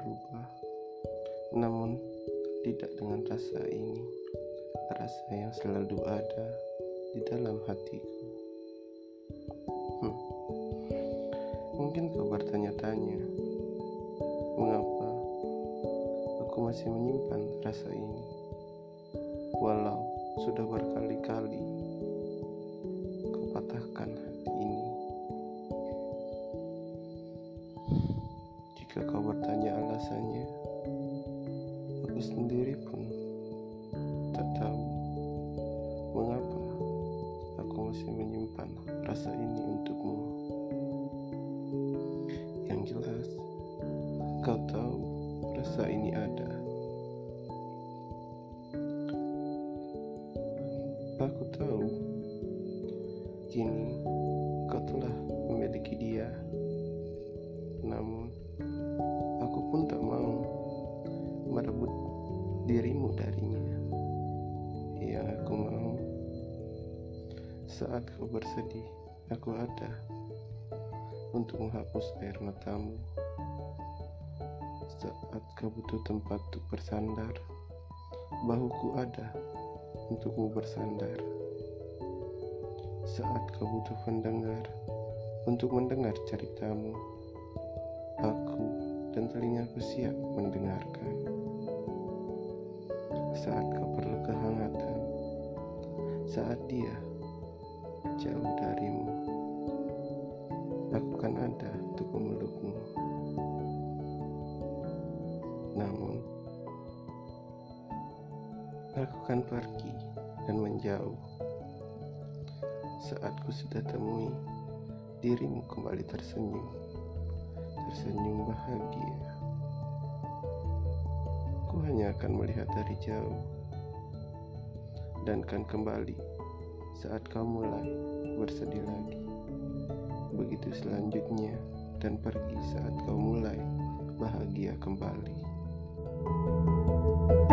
berubah, namun tidak dengan rasa ini, rasa yang selalu ada di dalam hatiku. Mungkin kau bertanya-tanya, mengapa aku masih menyimpan rasa ini, walau sudah berkali-kali kau patahkan hati ini. Jika kau bertanya alasannya, aku sendiri pun tak tahu mengapa aku masih menyimpan rasa ini untukmu. Yang jelas, kau tahu rasa ini ada. Aku tahu kini kau telah memiliki dia, namun aku pun tak mau merebut dirimu darinya. Yang aku mau, saat kau bersedih, aku ada untuk menghapus air matamu. Saat kau butuh tempat untuk bersandar, bahuku ada untukmu bersandar. Saat kau butuh pendengar untuk mendengar ceritamu, aku dan telingaku siap mendengarkan. Saat kau perlu kehangatan, saat dia jauh darimu, aku kan ada untuk memelukmu. Namun, aku kan pergi dan menjauh saat ku sudah temui dirimu kembali tersenyum bahagia. Ku hanya akan melihat dari jauh dan kan kembali saat kau mulai bersedih lagi. Begitu selanjutnya, dan pergi saat kau mulai bahagia kembali.